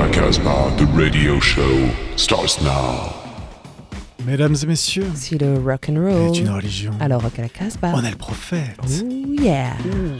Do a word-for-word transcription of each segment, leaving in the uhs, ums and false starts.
Casbah, the radio show starts now. Mesdames et messieurs, si le rock and roll est une religion, alors rock à la Casbah, on est le prophète. Ooh, yeah. Ooh.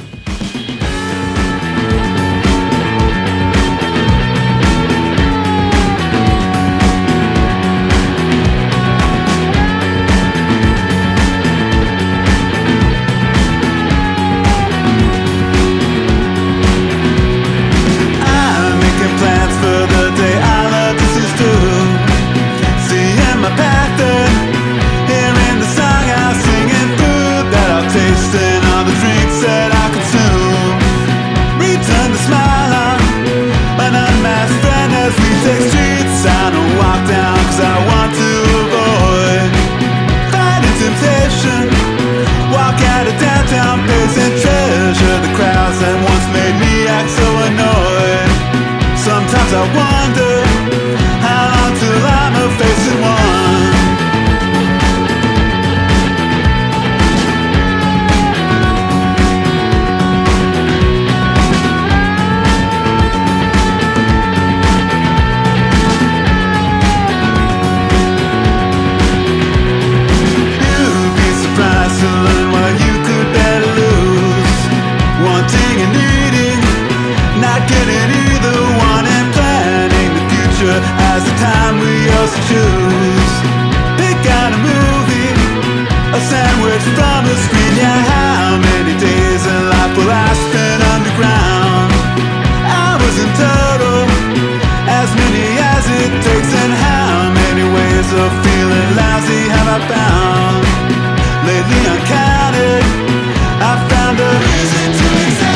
Sometimes I wonder how long till I'm a facing one. You'd be surprised to learn what you could better lose. Wanting and needing, not getting either one, and planning the future as the time we also choose. Pick out a movie, a sandwich from a screen. Yeah, how many days in life will I spend underground? Hours in total, as many as it takes. And how many ways of feeling lousy have I found? Lately uncounted, I found a reason to exist.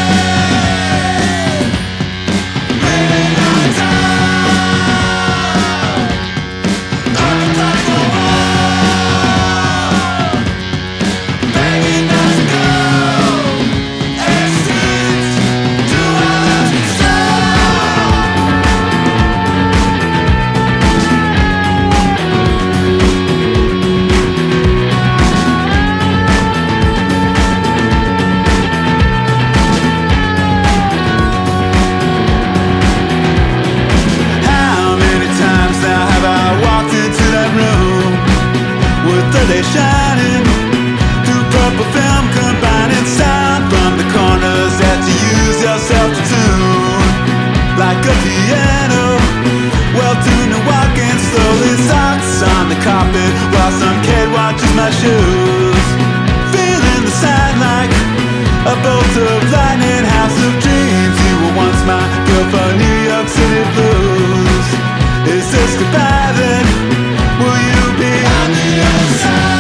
They shining through purple film, combining sound from the corners that you use yourself to tune. Like a piano, well tuned and walking slowly, socks on the carpet while some kid watches my shoes. Feeling the sign like a bolt of lightning, house of dreams. You were once my girl for New York City blues. Is this goodbye then? Will you be on the other side?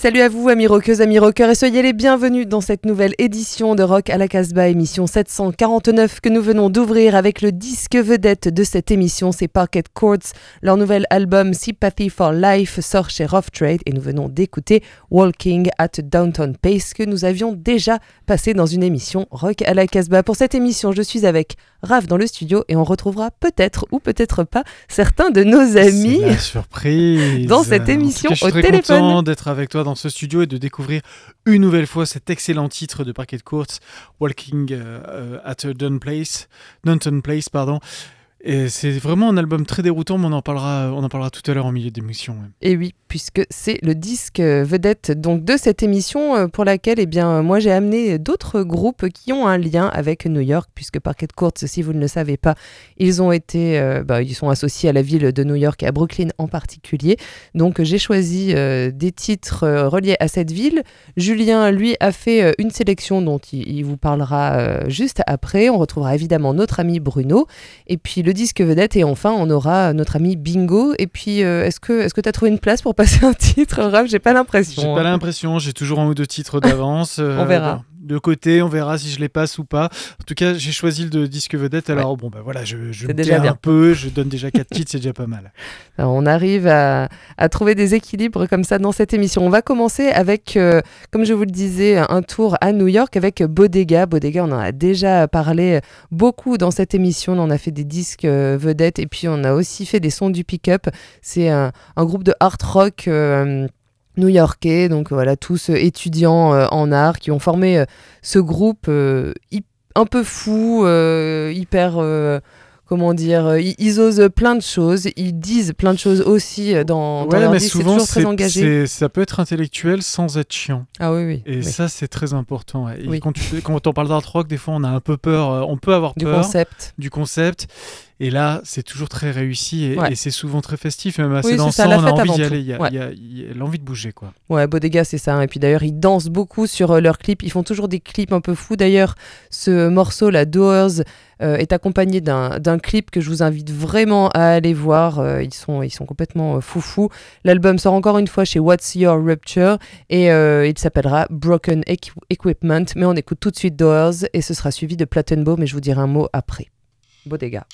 salut à vous, amis rockeuses, amis rockeurs, et soyez les bienvenus dans cette nouvelle édition de Rock à la Casbah, émission sept cent quarante-neuf que nous venons d'ouvrir avec le disque vedette de cette émission, c'est Parquet Courts. Leur nouvel album Sympathy for Life sort chez Rough Trade et nous venons d'écouter Walking at Downton Pace que nous avions déjà passé dans une émission Rock à la Casbah. Pour cette émission, je suis avec Raph dans le studio et on retrouvera peut-être ou peut-être pas certains de nos amis. C'est la surprise dans cette émission en tout cas, au je suis téléphone. très content d'être avec toi dans ce studio et de découvrir une nouvelle fois cet excellent titre de Parquet Courts, Walking uh, at Downton Place, Downton Place, pardon. Et c'est vraiment un album très déroutant, mais on en parlera, on en parlera tout à l'heure en milieu d'émission. Ouais. Et oui, puisque c'est le disque vedette donc de cette émission pour laquelle eh bien, moi j'ai amené d'autres groupes qui ont un lien avec New York, puisque Parquet Courts, si vous ne le savez pas, ils ont été, euh, bah, ils sont associés à la ville de New York et à Brooklyn en particulier. Donc j'ai choisi euh, des titres euh, reliés à cette ville. Julien, lui, a fait euh, une sélection dont il, il vous parlera euh, juste après. On retrouvera évidemment notre ami Bruno, et puis le disque vedette, et enfin on aura notre ami Bingo. Et puis euh, est-ce que est-ce que tu as trouvé une place pour passer un titre, Raph? J'ai pas l'impression. J'ai hein. pas l'impression, j'ai toujours un ou deux titres d'avance. On euh, verra. Bon, de côté, on verra si je les passe ou pas. En tout cas, j'ai choisi le disque vedette, alors ouais. bon bah voilà, je, je me déjà tais bien. un peu, je donne déjà quatre titres, c'est déjà pas mal. Alors, on arrive à, à trouver des équilibres comme ça dans cette émission. On va commencer avec, euh, comme je vous le disais, un tour à New York avec Bodega. Bodega, on en a déjà parlé beaucoup dans cette émission. On en a fait des disques euh, vedettes et puis on a aussi fait des sons du pick-up. C'est un, un groupe de hard rock euh, new-yorkais, donc voilà, tous euh, étudiants euh, en art qui ont formé euh, ce groupe euh, hip, un peu fou, euh, hyper... Euh, Comment dire, ils, ils osent plein de choses, ils disent plein de choses aussi dans, ouais, dans leur mais disque, c'est souvent, toujours très c'est, engagé. c'est, ça peut être intellectuel sans être chiant. Ah oui, oui. Et oui. ça, c'est très important. Ouais. Et Oui. quand, tu, quand on parle d'art rock, des fois, on a un peu peur, euh, on peut avoir Du peur concept. du concept. Et là, c'est toujours très réussi et, Ouais. et c'est souvent très festif et même assez Oui, c'est dansant. ça, la on a fête envie avant d'y tout. aller, il y a, Ouais. il y a, il y a l'envie de bouger, quoi. Ouais, Bodega, c'est ça. Et puis d'ailleurs, ils dansent beaucoup sur euh, leurs clips. Ils font toujours des clips un peu fous. D'ailleurs, ce morceau, la Doors, euh, est accompagné d'un, d'un clip que je vous invite vraiment à aller voir. Euh, ils sont, ils sont complètement euh, foufous. L'album sort encore une fois chez What's Your Rupture et euh, il s'appellera Broken Equ- Equipment. Mais on écoute tout de suite Doors et ce sera suivi de Plattenbaum, mais je vous dirai un mot après. Bodega.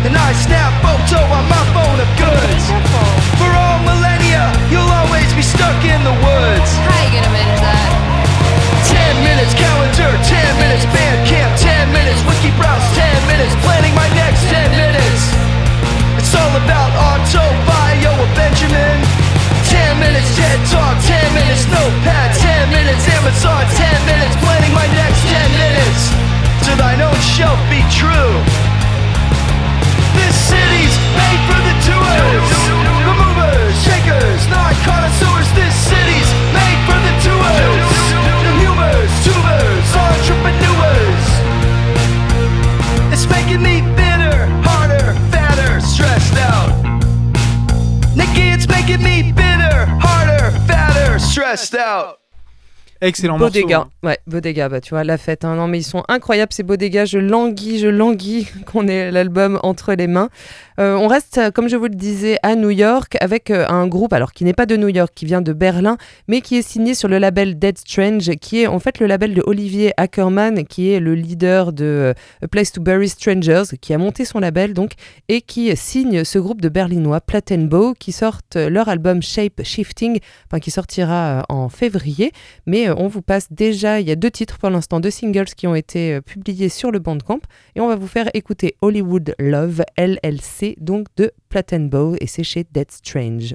and I snap photo on my phone of goods. For all millennia, you'll always be stuck in the woods. How you gonna manage that? Ten minutes calendar, ten minutes band camp, ten minutes wiki browse, ten minutes planning my next ten minutes. It's all about auto bio of Benjamin. Ten minutes TED Talk, ten minutes notepad, ten minutes Amazon, ten minutes planning my next ten minutes. To thine own shelf be true. This city's made for the doers, the movers, shakers, not connoisseurs. This city's made for the doers, the humors, tubers, entrepreneurs. It's making me thinner, harder, fatter, stressed out. Nikki, it's making me bitter, harder, fatter, stressed out. Excellent morceau. Bodega, hein. ouais, Bodega, bah tu vois, la fête. Hein. Non, mais ils sont incroyables ces Bodega. Je languis, je languis qu'on ait l'album entre les mains. Euh, on reste, comme je vous le disais, à New York avec euh, un groupe, alors qui n'est pas de New York, qui vient de Berlin, mais qui est signé sur le label Dead Strange, qui est en fait le label de Olivier Ackerman, qui est le leader de euh, A Place to Bury Strangers, qui a monté son label donc, et qui signe ce groupe de Berlinois, Plattenbau, qui sortent leur album Shape Shifting, enfin qui sortira euh, en février, mais on vous passe déjà, il y a deux titres pour l'instant, deux singles qui ont été euh, publiés sur le Bandcamp et on va vous faire écouter Hollywood Love, L L C, donc de Plattenbau et c'est chez Dead Strange.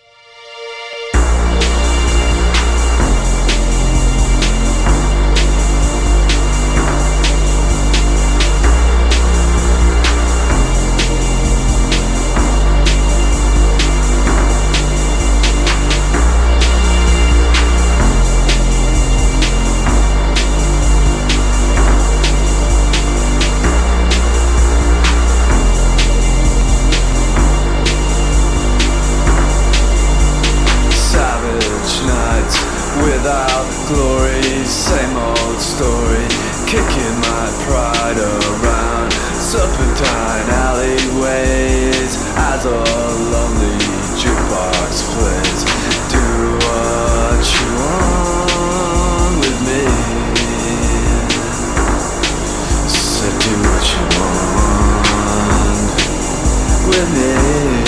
Without glory, same old story, kicking my pride around serpentine alleyways as a lonely jukebox plays. Do what you want with me, so do what you want with me.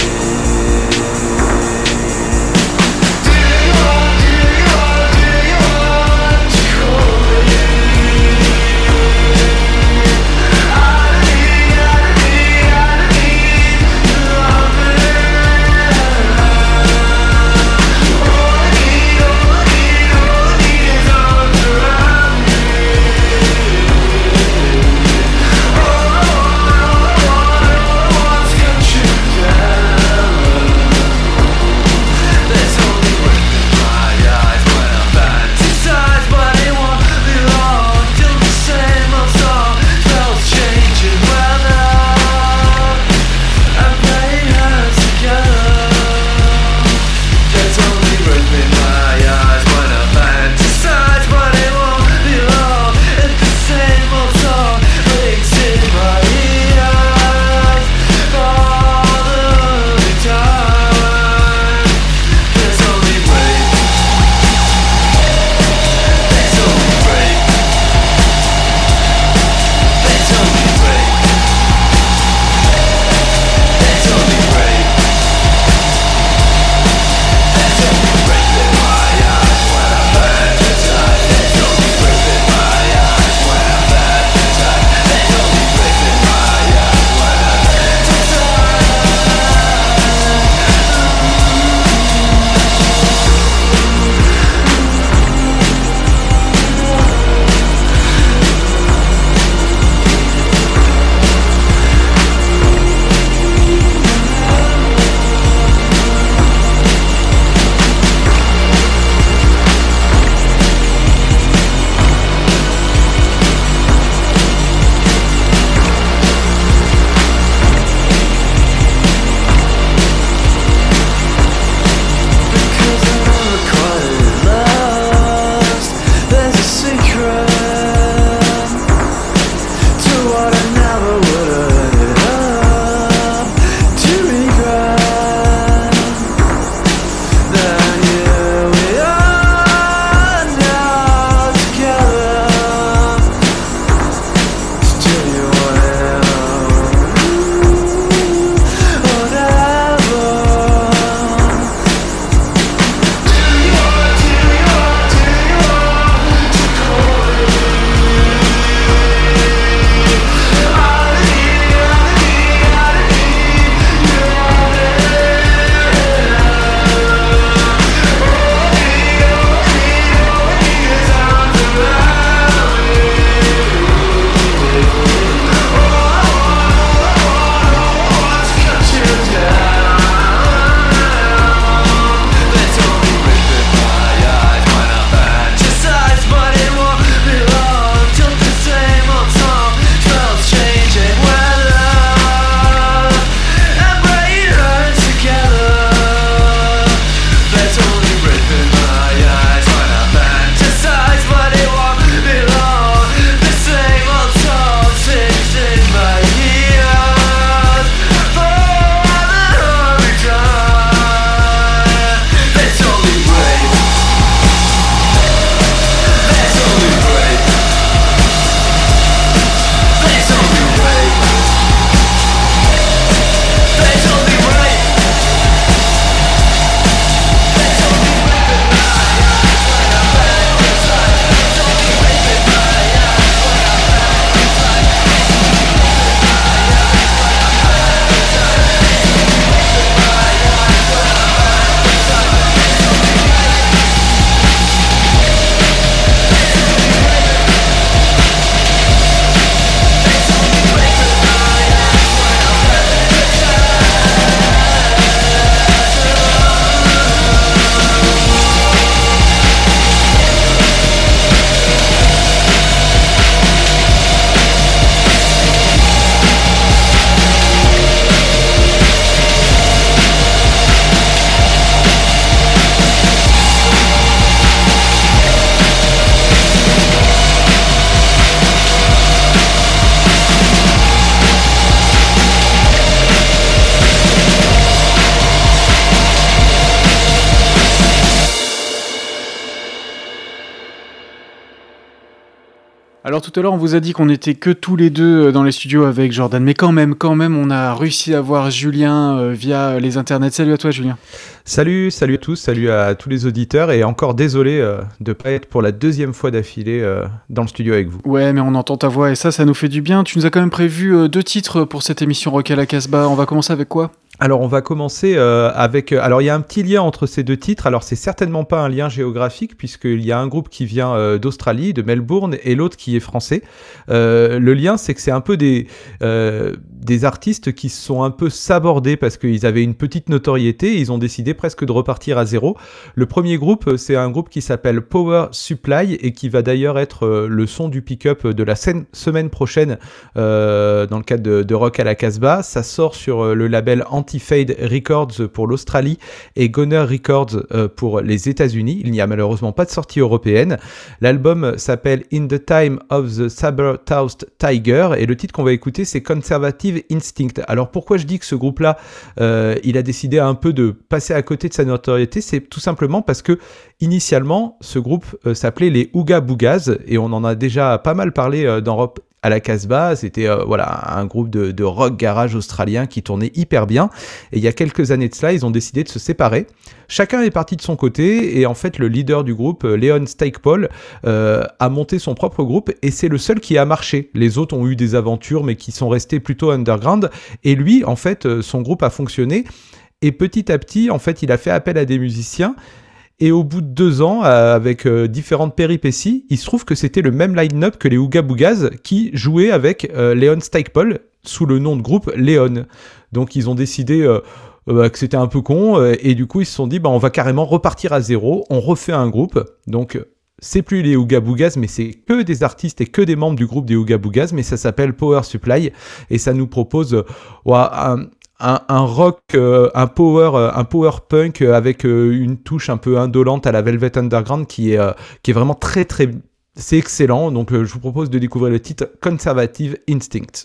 Alors tout à l'heure, on vous a dit qu'on n'était que tous les deux dans les studios avec Jordan, mais quand même, quand même, on a réussi à voir Julien euh, via les internets. Salut à toi, Julien. Salut, salut à tous, salut à tous les auditeurs, et encore désolé euh, de ne pas être pour la deuxième fois d'affilée euh, dans le studio avec vous. Ouais, mais on entend ta voix et ça, ça nous fait du bien. Tu nous as quand même prévu euh, deux titres pour cette émission Rock à la Casbah. On va commencer avec quoi ? Alors on va commencer euh, avec... Alors il y a un petit lien entre ces deux titres, alors c'est certainement pas un lien géographique puisqu'il y a un groupe qui vient euh, d'Australie, de Melbourne, et l'autre qui est français. Euh, le lien c'est que c'est un peu des, euh, des artistes qui se sont un peu sabordés parce qu'ils avaient une petite notoriété et ils ont décidé presque de repartir à zéro. Le premier groupe c'est un groupe qui s'appelle Power Supply et qui va d'ailleurs être euh, le son du pick-up de la scène, semaine prochaine euh, dans le cadre de, de Rock à la Casbah. Ça sort sur euh, le label Anti Fade Records pour l'Australie et Goner Records pour les États-Unis. Il n'y a malheureusement pas de sortie européenne. L'album s'appelle In the Time of the Saber-Toothed Tiger et le titre qu'on va écouter c'est Conservative Instinct. Alors pourquoi je dis que ce groupe-là euh, il a décidé un peu de passer à côté de sa notoriété, c'est tout simplement parce que initialement ce groupe euh, s'appelait les Ooga Boogas et on en a déjà pas mal parlé euh, dans Rock à la Casbah. C'était euh, voilà, un groupe de, de rock garage australien qui tournait hyper bien. Et il y a quelques années de cela, ils ont décidé de se séparer. Chacun est parti de son côté et en fait le leader du groupe, Leon Stakepole, euh, a monté son propre groupe et c'est le seul qui a marché. Les autres ont eu des aventures mais qui sont restés plutôt underground et lui, en fait, son groupe a fonctionné et petit à petit, en fait, il a fait appel à des musiciens. Et au bout de deux ans, euh, avec euh, différentes péripéties, il se trouve que c'était le même line-up que les Ooga Boogas qui jouaient avec euh, Leon Stakepole sous le nom de groupe Leon. Donc ils ont décidé euh, euh, que c'était un peu con euh, et du coup ils se sont dit bah, on va carrément repartir à zéro, on refait un groupe. Donc c'est plus les Ooga Boogas mais c'est que des artistes et que des membres du groupe des Ooga Boogas, mais ça s'appelle Power Supply et ça nous propose euh, ouais, un... Un, un rock, euh, un power, euh, un power punk euh, avec euh, une touche un peu indolente à la Velvet Underground qui est, euh, qui est vraiment très très, c'est excellent. Donc euh, je vous propose de découvrir le titre Conservative Instinct.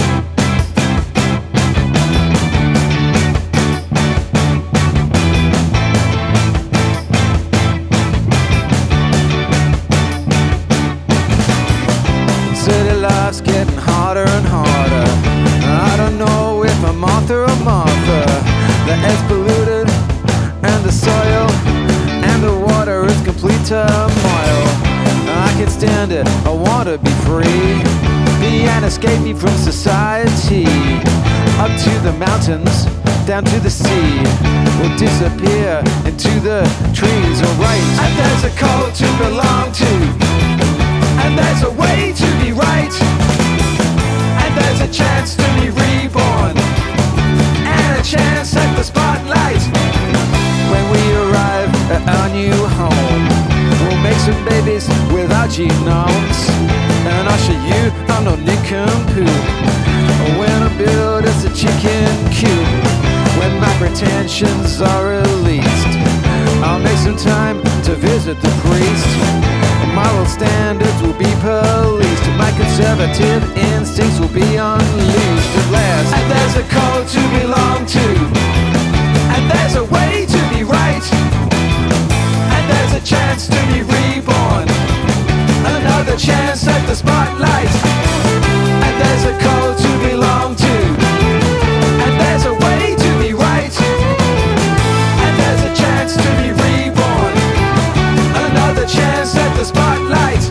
City life's getting harder and harder. I don't know if I'm Martha or Martha. The air's polluted and the soil and the water is complete turmoil. I can't stand it, I want to be free, be and escape me from society. Up to the mountains, down to the sea, we'll disappear into the trees, alright. And there's a code to belong to, and there's a way to be right, and there's a chance to be reborn, and a chance at the spotlight. When we arrive at our new home, we'll make some babies with our genomes, and usher you on no nincompoop. When I build us a chicken coop, when my pretensions are released, I'll make some time to visit the priest. Moral standards will be policed, my conservative instincts will be unleashed at last. And there's a code to belong to, and there's a way to be right, and there's a chance to be reborn, another chance at the spotlight. And there's a code to belong to, and there's a way to be right, and there's a chance to be reborn, another chance at the spotlight.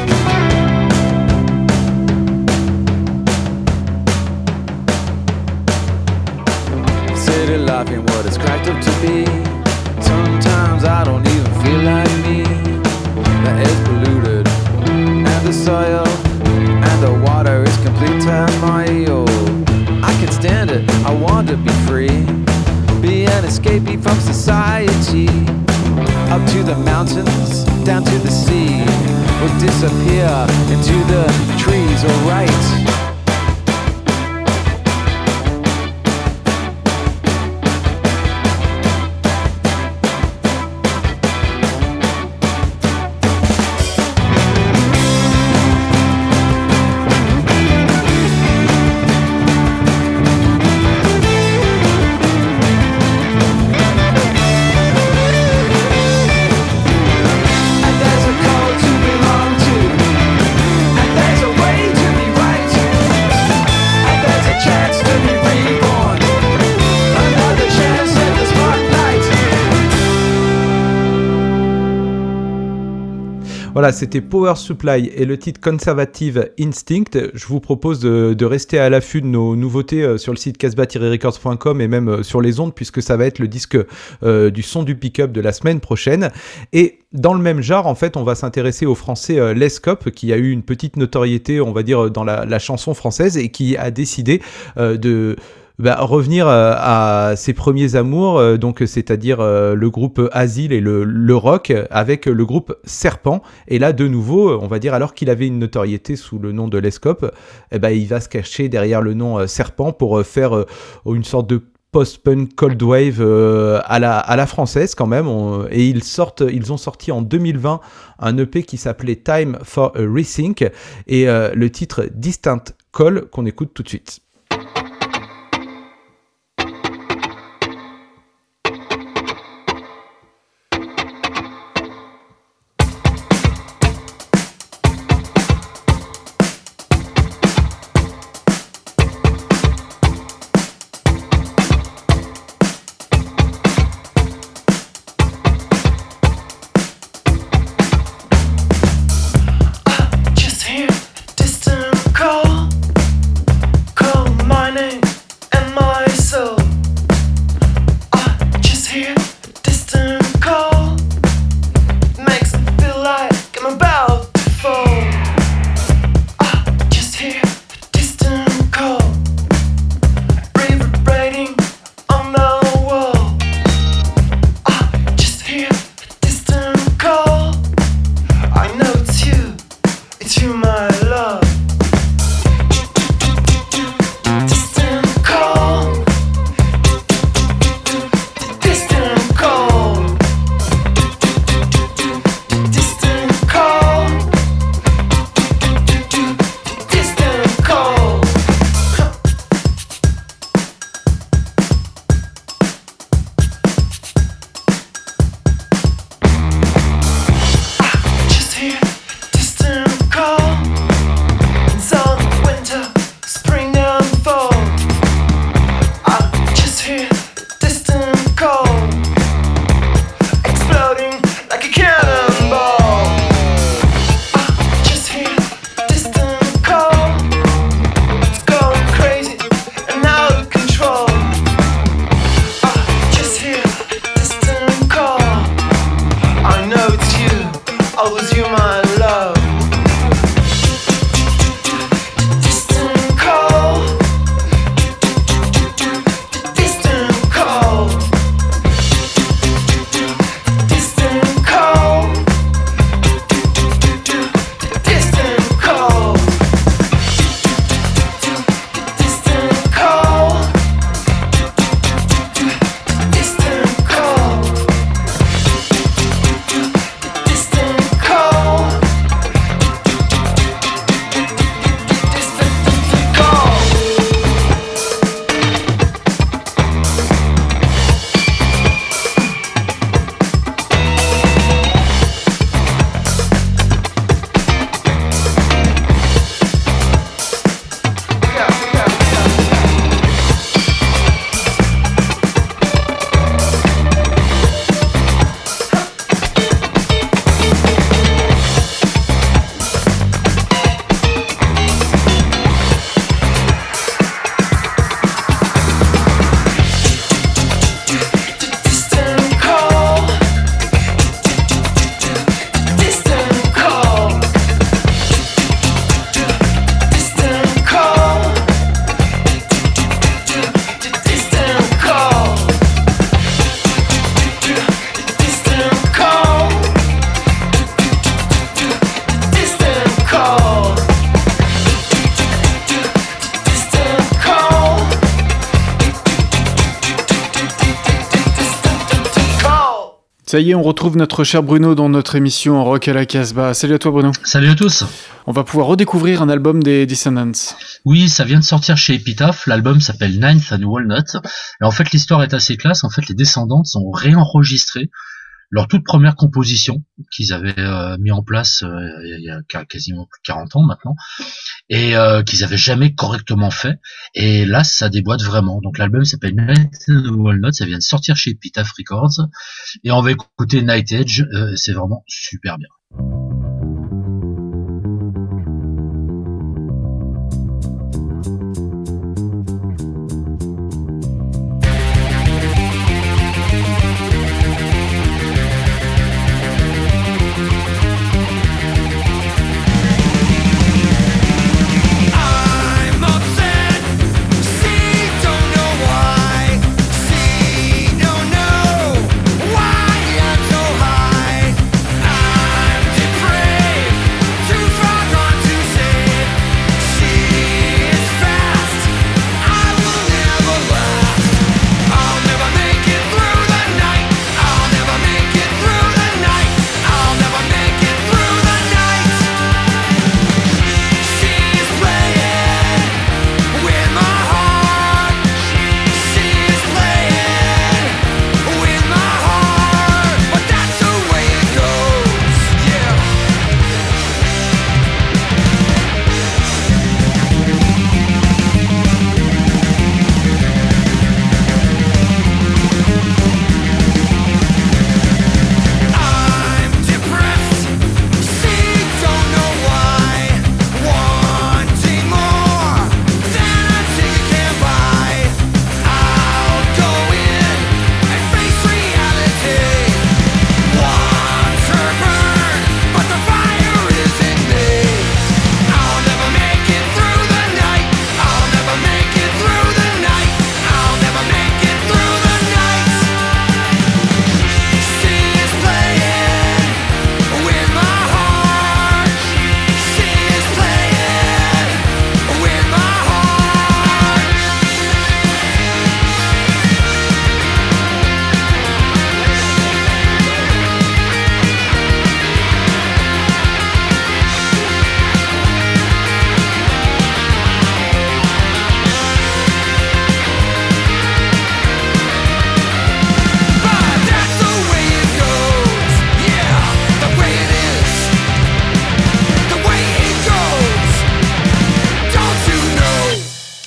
City life ain't what it's cracked up to be. Sometimes I don't even feel like me. The air's polluted and the soil and the water is complete turmoil. I can stand it, I want to be free, be an escapee from society. Up to the mountains, down to the sea, we'll disappear into the trees, alright. And there's a code to belong to, and Voilà, c'était Power Supply et le titre Conservative Instinct. Je vous propose de, de rester à l'affût de nos nouveautés euh, sur le site casbah tiret records point com et même euh, sur les ondes, puisque ça va être le disque euh, du son du pick-up de la semaine prochaine. Et dans le même genre, en fait, on va s'intéresser au français euh, Les Cop, qui a eu une petite notoriété, on va dire, dans la, la chanson française et qui a décidé euh, de... Bah, revenir euh, à ses premiers amours, euh, donc c'est-à-dire euh, le groupe Asile et le, le rock, avec le groupe Serpent. Et là, de nouveau, on va dire, alors qu'il avait une notoriété sous le nom de Les Cop, eh ben, il va se cacher derrière le nom euh, Serpent pour euh, faire euh, une sorte de post-punk cold wave euh, à la à la française quand même. On, et ils sortent, ils ont sorti en deux mille vingt un E P qui s'appelait Time for a Rethink et euh, le titre Distant Call qu'on écoute tout de suite. Ça y est, on retrouve notre cher Bruno dans notre émission Rock à la Casbah. Salut à toi Bruno. Salut à tous. On va pouvoir redécouvrir un album des Descendants. Oui, ça vient de sortir chez Epitaph. L'album s'appelle Ninth and Walnut. Et en fait, l'histoire est assez classe. En fait, les Descendants ont réenregistré leur toute première composition qu'ils avaient euh, mis en place euh, il y a quasiment plus de quarante ans maintenant, et euh, qu'ils avaient jamais correctement fait. Et là, ça déboîte vraiment. Donc l'album s'appelle Night and Walnut, ça vient de sortir chez Epitaph Records, et on va écouter Night Edge, euh, c'est vraiment super bien.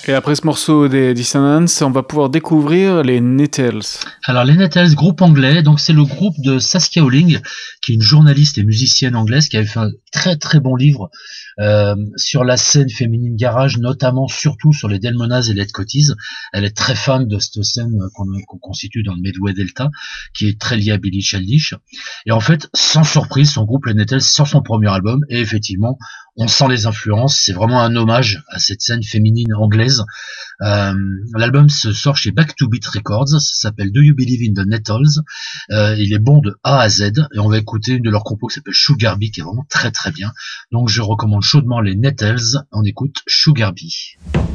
Et après ce morceau des Dissonance, on va pouvoir découvrir les Nettles. Alors les Nettles, groupe anglais, donc c'est le groupe de Saskia Howling, qui est une journaliste et musicienne anglaise qui avait fait un très très bon livre euh, sur la scène féminine garage, notamment surtout sur les Delmonas et les Dead Coties. Elle est très fan de cette scène qu'on, qu'on constitue dans le Medway Delta, qui est très liée à Billie Eilish. Et en fait, sans surprise, son groupe les Nettles sort son premier album, et effectivement, on sent les influences. C'est vraiment un hommage à cette scène féminine anglaise. Euh, l'album se sort chez Back to Beat Records, ça s'appelle Do You Believe in the Nettles. Euh, il est bon de A à Z, et on va écouter une de leurs compos qui s'appelle Sugar Bee, qui est vraiment très très bien. Donc je recommande chaudement les Nettles. On écoute Sugar Bee.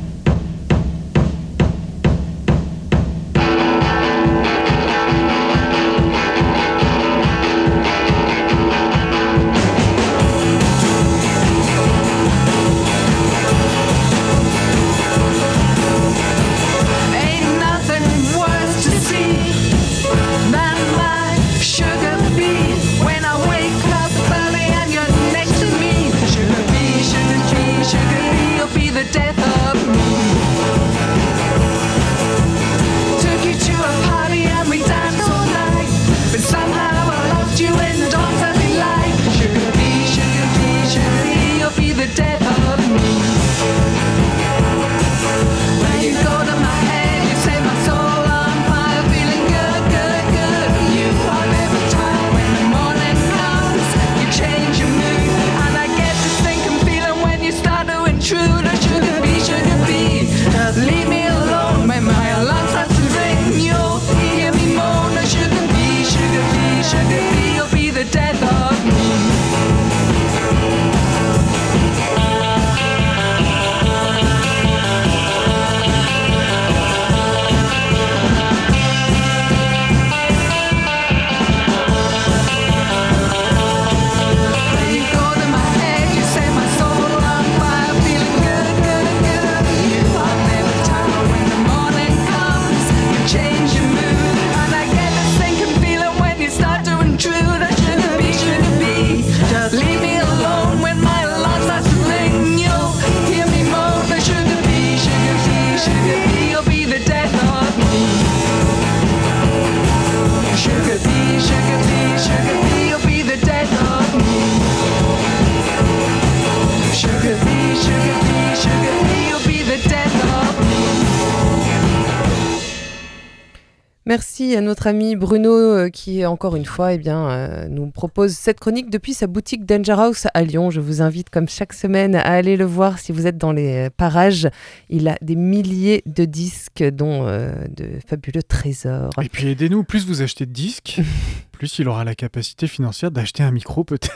Merci à notre ami Bruno euh, qui, encore une fois, eh bien, euh, nous propose cette chronique depuis sa boutique Danger House à Lyon. Je vous invite, comme chaque semaine, à aller le voir si vous êtes dans les parages. Il a des milliers de disques, dont euh, de fabuleux trésors. Et puis aidez-nous, plus vous achetez de disques, plus il aura la capacité financière d'acheter un micro peut-être.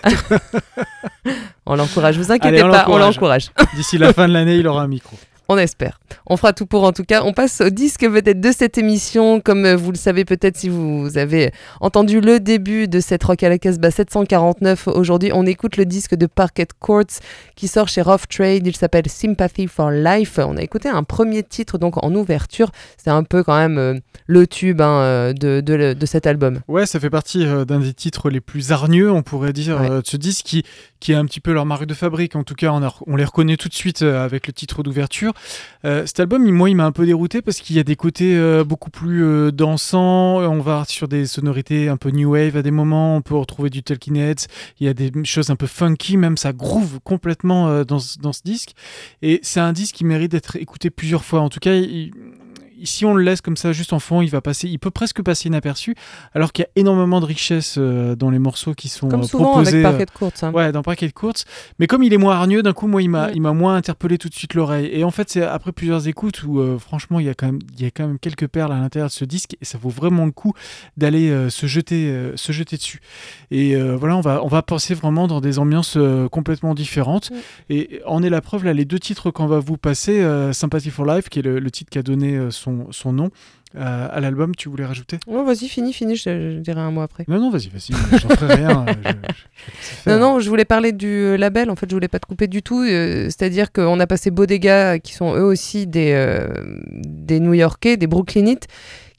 On l'encourage, vous inquiétez Allez, on pas, l'encourage. on l'encourage. D'ici la fin de l'année, il aura un micro. On espère. On fera tout pour en tout cas. On passe au disque peut-être de cette émission. Comme vous le savez peut-être si vous avez entendu le début de cette Rock à la Casbah sept cent quarante-neuf. Aujourd'hui, on écoute le disque de Parquet Courts qui sort chez Rough Trade. Il s'appelle Sympathy for Life. On a écouté un premier titre donc en ouverture. C'est un peu quand même euh, le tube hein, de, de, de cet album. Ouais, ça fait partie euh, d'un des titres les plus hargneux, on pourrait dire, ouais. euh, de ce disque qui, qui est un petit peu leur marque de fabrique. En tout cas, on, a, on les reconnaît tout de suite euh, avec le titre d'ouverture. Euh, cet album, il, moi, il m'a un peu dérouté parce qu'il y a des côtés euh, beaucoup plus euh, dansants. On va sur des sonorités un peu new wave à des moments. On peut retrouver du Talking Heads. Il y a des choses un peu funky, même ça groove complètement euh, dans, dans ce disque. Et c'est un disque qui mérite d'être écouté plusieurs fois. En tout cas, il... si on le laisse comme ça juste en fond, il va passer, il peut presque passer inaperçu, alors qu'il y a énormément de richesse euh, dans les morceaux qui sont comme euh, souvent proposés. Avec Parquet Courts. Hein. Ouais, dans Parquet Courts. Mais comme il est moins hargneux, d'un coup, moi, il m'a, ouais. il m'a moins interpellé tout de suite l'oreille. Et en fait, c'est après plusieurs écoutes où, euh, franchement, il y a quand même, il y a quand même quelques perles à l'intérieur de ce disque, et ça vaut vraiment le coup d'aller euh, se jeter, euh, se jeter dessus. Et euh, voilà, on va, on va passer vraiment dans des ambiances euh, complètement différentes. Ouais. Et en est la preuve là, les deux titres qu'on va vous passer, euh, Sympathy for Life, qui est le, le titre qui a donné euh, son, son nom. Euh, à l'album, tu voulais rajouter ? Oh, vas-y, fini, fini, je, je dirai un mot après. Non, non, vas-y, vas-y, j'en ferai rien. Je, je, je non, non, je voulais parler du label, en fait, je voulais pas te couper du tout. Euh, c'est-à-dire qu'on a passé Bodega, qui sont eux aussi des, euh, des New-Yorkais, des Brooklynites,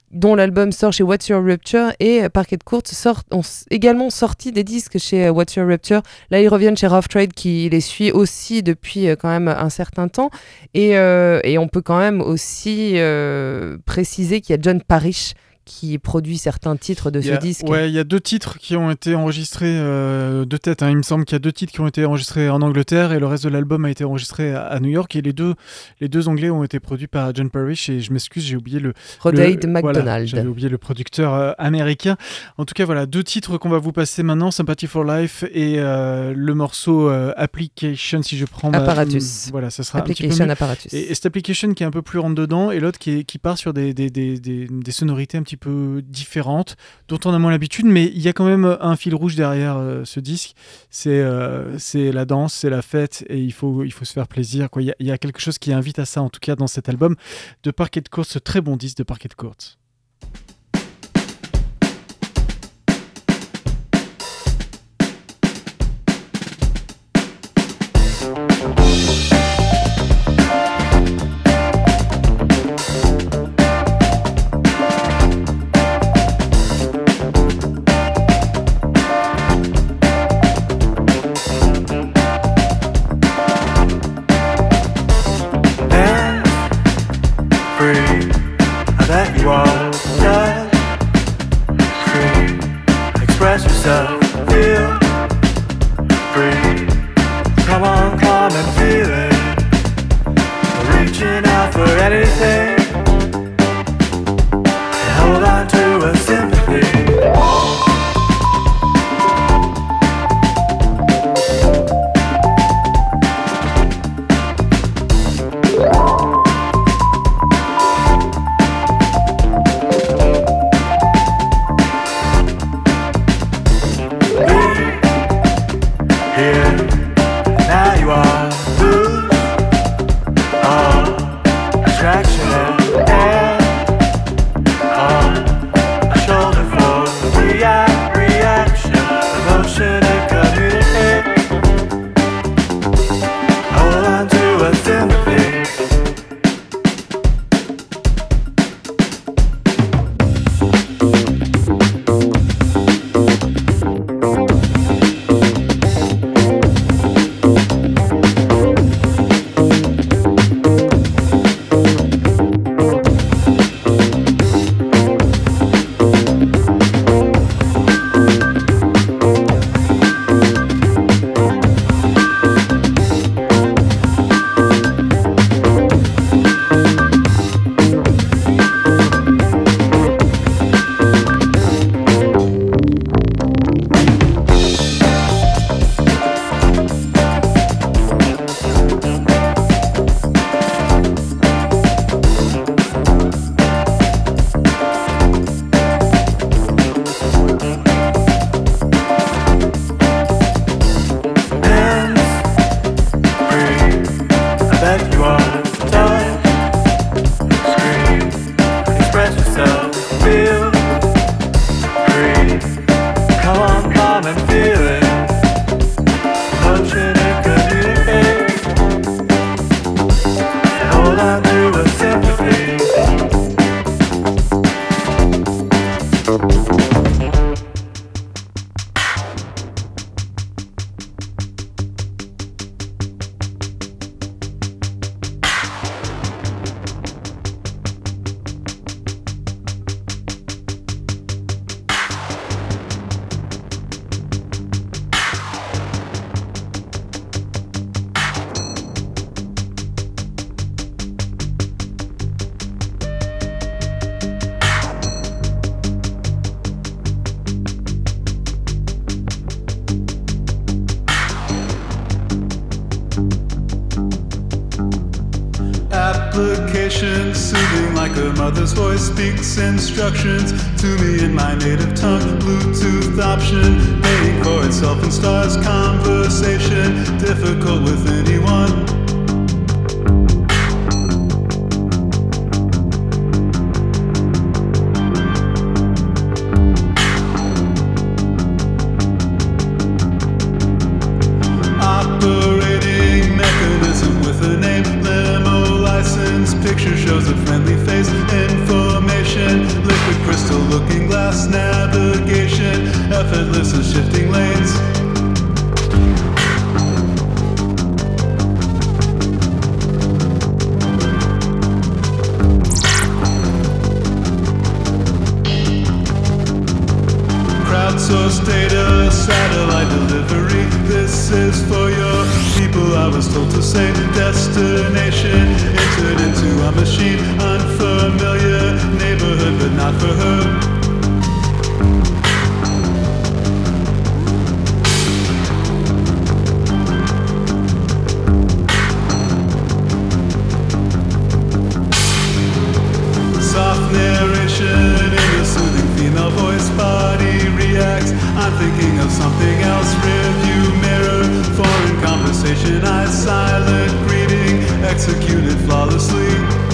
dont l'album sort chez What's Your Rupture, et Parquet Court sort, ont également sorti des disques chez What's Your Rupture. Là, ils reviennent chez Rough Trade qui les suit aussi depuis quand même un certain temps. Et, euh, et on peut quand même aussi euh, préciser qu'il y a John Parrish qui produit certains titres de il ce a, disque. Ouais, il y a deux titres qui ont été enregistrés euh, de tête. Hein. Il me semble qu'il y a deux titres qui ont été enregistrés en Angleterre et le reste de l'album a été enregistré à, à New York. Et les deux, les deux Anglais ont été produits par John Parrish. Et je m'excuse, j'ai oublié le... Rodade le, McDonald. Voilà, j'avais oublié le producteur euh, américain. En tout cas, voilà, deux titres qu'on va vous passer maintenant, Sympathy for Life et euh, le morceau euh, Application, si je prends... Apparatus. Ma, voilà, ça sera Application un petit peu mieux. Apparatus. Et, et cette Application qui est un peu plus rentre-dedans et l'autre qui, est, qui part sur des, des, des, des, des sonorités un petit peu différentes dont on a moins l'habitude, mais il y a quand même un fil rouge derrière euh, ce disque, c'est, euh, c'est la danse, c'est la fête, et il faut, il faut se faire plaisir, quoi. Il y a, il y a quelque chose qui invite à ça, en tout cas dans cet album de Parquet Court, ce très bon disque de Parquet Court. Application soothing like a mother's voice speaks instructions to me in my native tongue. Bluetooth option paying for itself and stars conversation difficult with anyone. Operating mechanism with a name, limo license, picture shows a friendly face, information, liquid The crystal looking glass navigation, effortless as shifting lanes. Crowdsourced data, satellite delivery. This is for your people, I was told to say. Destination, entered into a machine. Unfamiliar neighborhood, but not for her. Soft narration in a soothing female voice, body reacts. I'm thinking of something else. Rearview mirror, foreign conversation. Eyes silent greeting, executed flawlessly.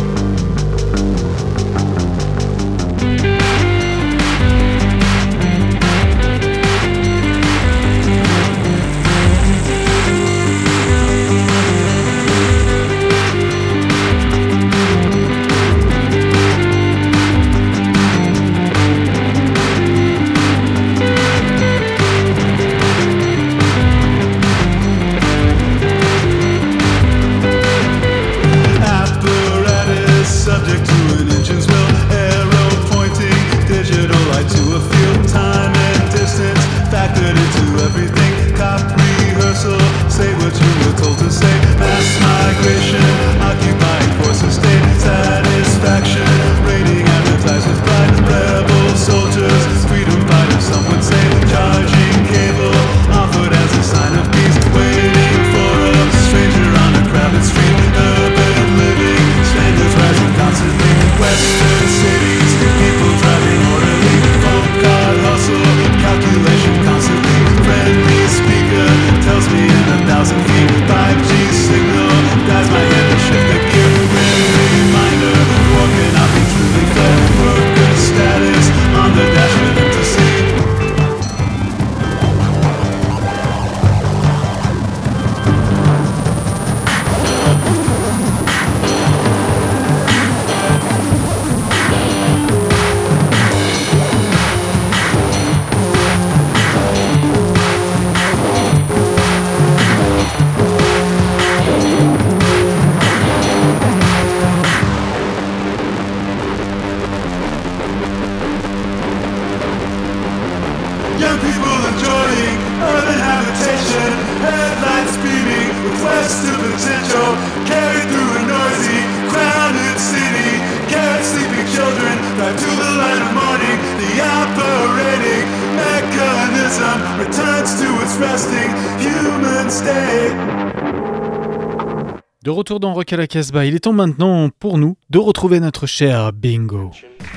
De retour dans Rock à la Casbah, il est temps maintenant pour nous de retrouver notre cher Bingo.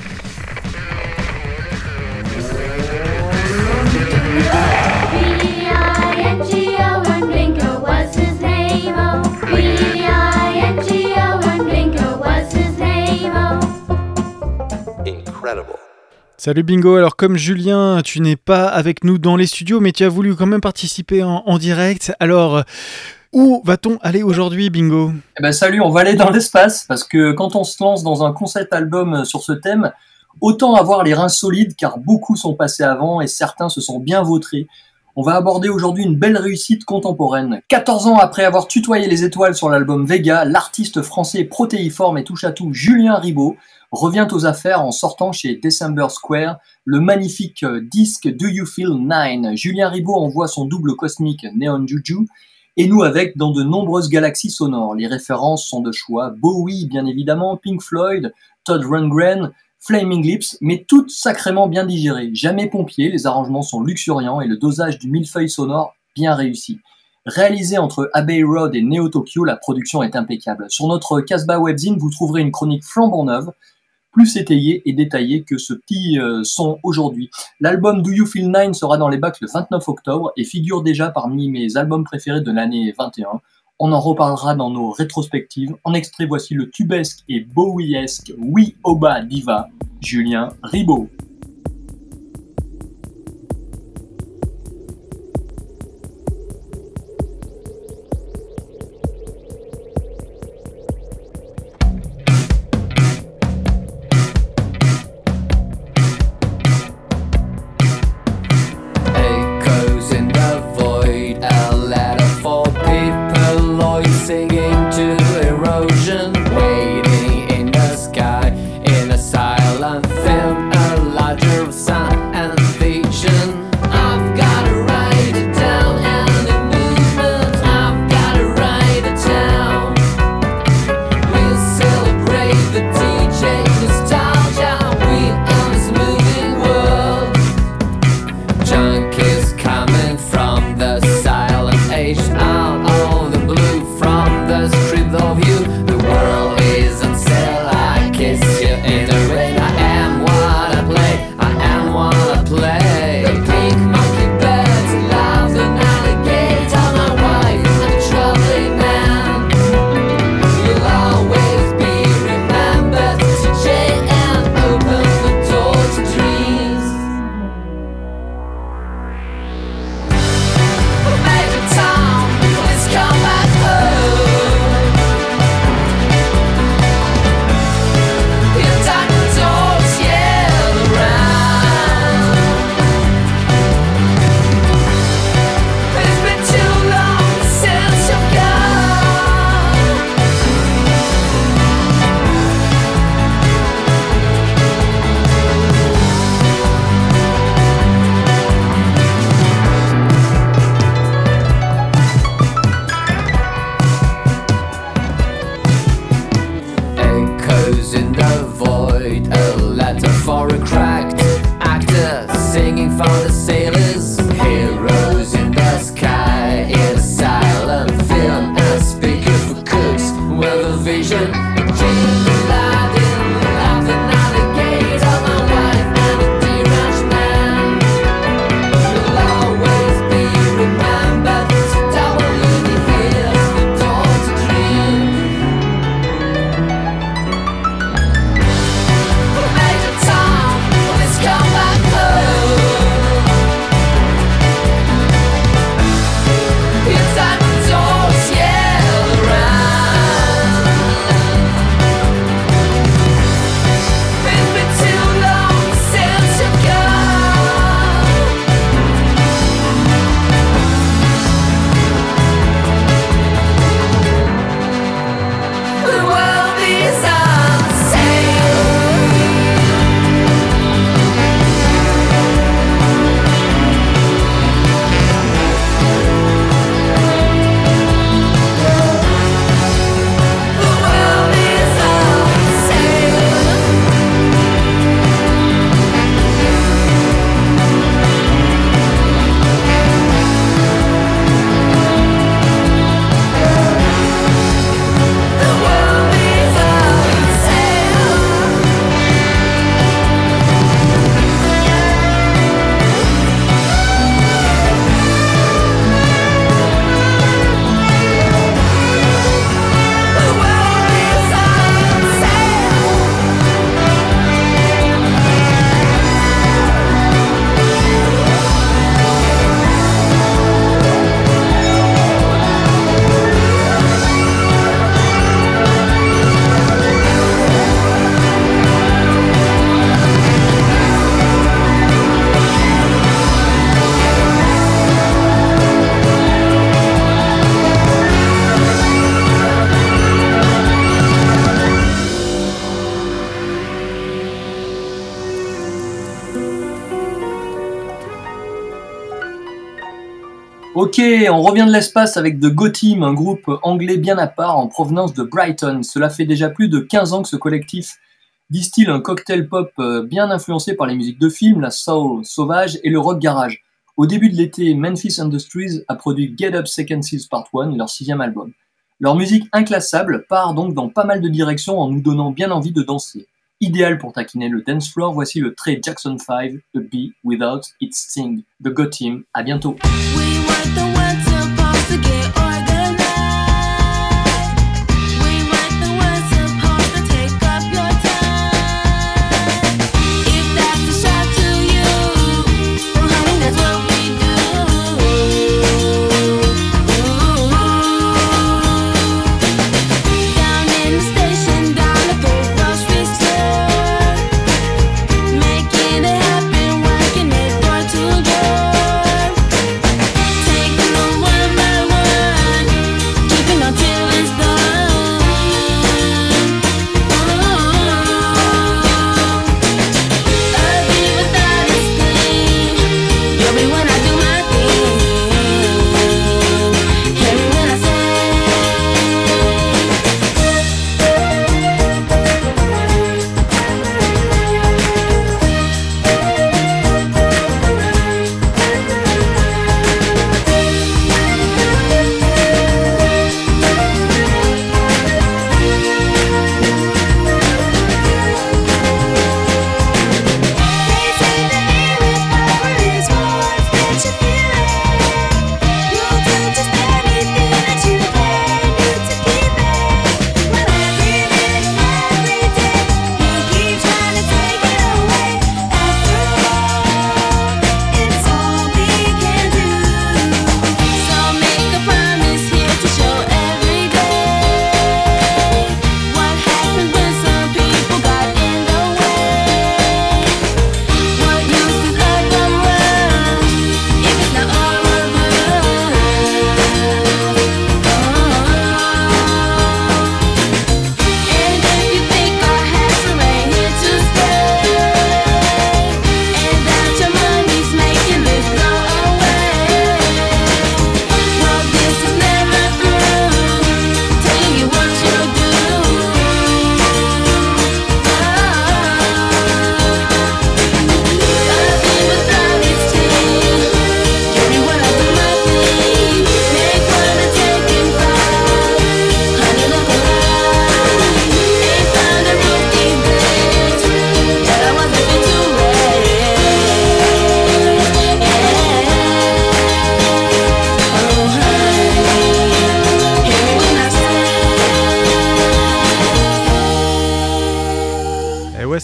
Salut Bingo, alors comme Julien, tu n'es pas avec nous dans les studios, mais tu as voulu quand même participer en, en direct, alors où va-t-on aller aujourd'hui Bingo ? Eh ben salut, on va aller dans l'espace, parce que quand on se lance dans un concept album sur ce thème, autant avoir les reins solides, car beaucoup sont passés avant et certains se sont bien vautrés. On va aborder aujourd'hui une belle réussite contemporaine. quatorze ans après avoir tutoyé les étoiles sur l'album Vega, l'artiste français protéiforme et touche-à-tout Julien Ribot revient aux affaires en sortant chez December Square le magnifique disque Do You Feel Nine. Julien Ribot envoie son double cosmique Neon Juju et nous avec dans de nombreuses galaxies sonores. Les références sont de choix, Bowie bien évidemment, Pink Floyd, Todd Rundgren, Flaming Lips, mais toutes sacrément bien digérées. Jamais pompier, les arrangements sont luxuriants et le dosage du millefeuille sonore bien réussi. Réalisé entre Abbey Road et Neo Tokyo, la production est impeccable. Sur notre Casbah Webzine, vous trouverez une chronique flambant neuve, plus étayée et détaillée que ce petit euh, son aujourd'hui. L'album Do You Feel Nine sera dans les bacs le vingt-neuf octobre et figure déjà parmi mes albums préférés de l'année vingt et un. On en reparlera dans nos rétrospectives. En extrait, voici le tubesque et Bowiesque Oui Oba Diva, Julien Ribot. for a cracked actor singing for the sailors. Heroes in the sky in a silent film. A speaker for cooks with a vision. Dream Aladdin, laughing at the gate of my wife and a dear ranch man. You'll always be remembered. So double in the hills, the door to dream. Major Tom, please come back home. Inside the doors, yell around. It's been too long since you've gone. The world is on sale. The world is on sale. The world is on sale. The world is on sale. Ok, on revient de l'espace avec The Go Team, un groupe anglais bien à part en provenance de Brighton. Cela fait déjà plus de quinze ans que ce collectif distille un cocktail pop euh, bien influencé par les musiques de films, la soul sauvage et le rock garage. Au début de l'été, Memphis Industries a produit Get Up Second Seas Part un, leur sixième album. Leur musique inclassable part donc dans pas mal de directions en nous donnant bien envie de danser. Idéal pour taquiner le dance floor, voici le très Jackson five, A Bee Without Its Sting. The Go Team, à bientôt. We weren't the ones supposed to get organized. We weren't the ones supposed to take up your time. If that's a shock to you, well honey, that's what we do. Down in the station, down at the grocery store, making it happen, working it door to door.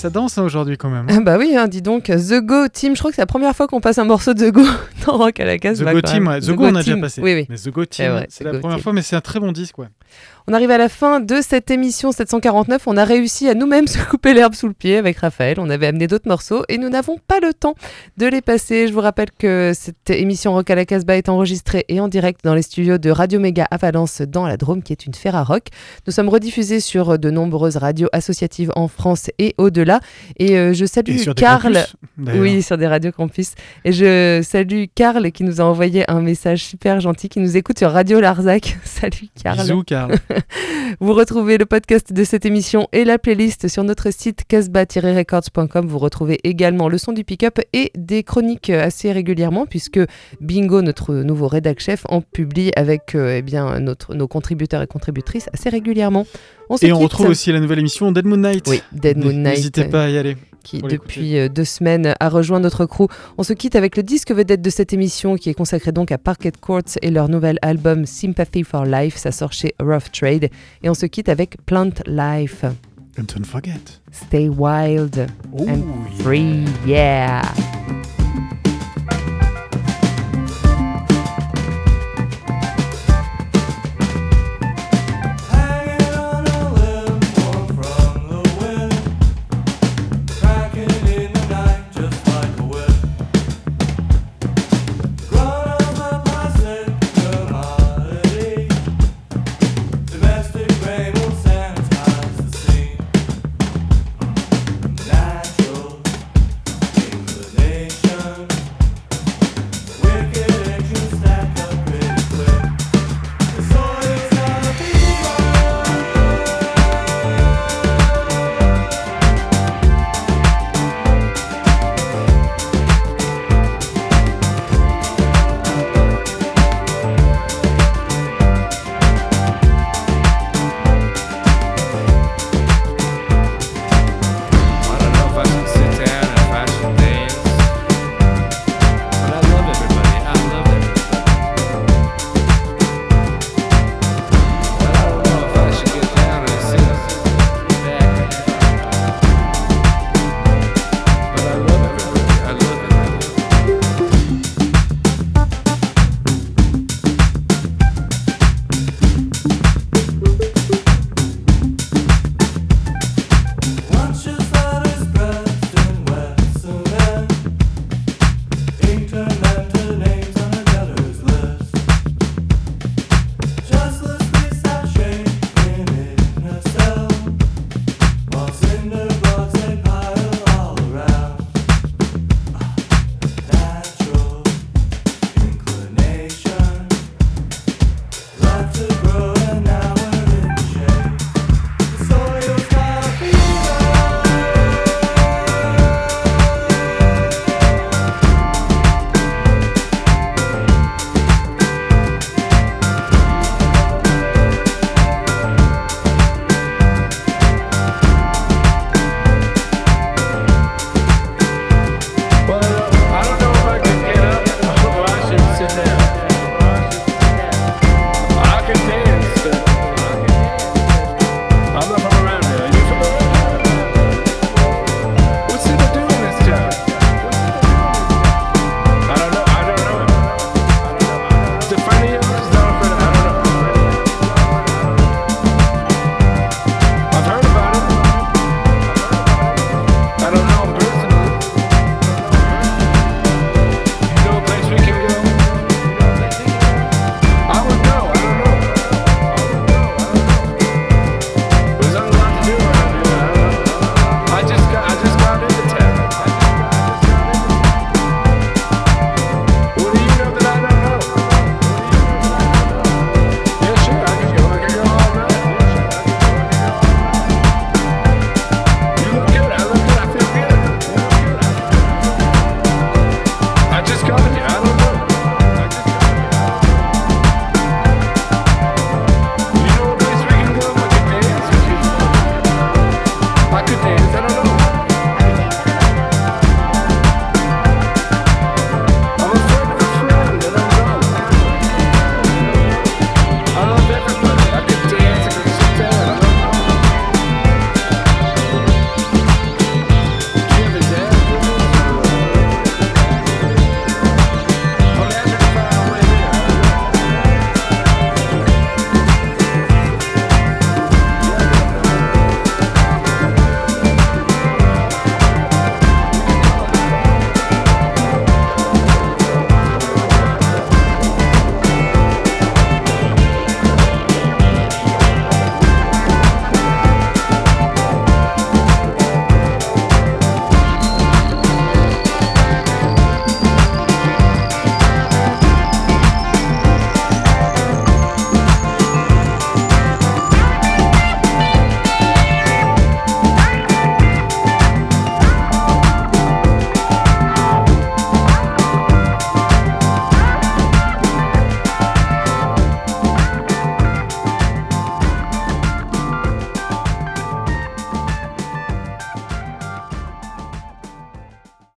ça danse hein, aujourd'hui quand même. Ah bah oui, hein, dis donc, The Go Team, je crois que c'est la première fois qu'on passe un morceau de The Go dans Rock à la case. The Go Team, ouais. The, Go, on a déjà passé. Oui, oui. Mais The Go Team, vrai, c'est The la Go première Team. fois, mais c'est un très bon disque, ouais. On arrive à la fin de cette émission sept cent quarante-neuf. On a réussi à nous-mêmes se couper l'herbe sous le pied avec Raphaël. On avait amené d'autres morceaux et nous n'avons pas le temps de les passer. Je vous rappelle que cette émission Rock à la Casbah est enregistrée et en direct dans les studios de Radio Méga à Valence dans la Drôme, qui est une Ferrarock. Nous sommes rediffusés sur de nombreuses radios associatives en France et au-delà. Et euh, je salue Et sur des Karl. campus, d'ailleurs. Oui, sur des radios campus. Et je salue Karl qui nous a envoyé un message super gentil, qui nous écoute sur Radio Larzac. Salut Karl. Bisous, Karl. Vous retrouvez le podcast de cette émission et la playlist sur notre site casbah tiret records point com. Vous retrouvez également le son du pick-up et des chroniques assez régulièrement, puisque Bingo, notre nouveau rédac chef, en publie avec euh, eh bien, notre, nos contributeurs et contributrices assez régulièrement. On se Et on quitte. retrouve aussi la nouvelle émission Dead Moon Night. Oui, Dead Moon Night. N'hésitez pas à y aller. Qui pour depuis euh, deux semaines a rejoint notre crew. On se quitte avec le disque vedette de cette émission, qui est consacré donc à Parquet Courts et leur nouvel album Sympathy for Life. Ça sort chez Rough Trade. Et on se quitte avec Plant Life. And don't forget. Stay wild Oh, and free, yeah.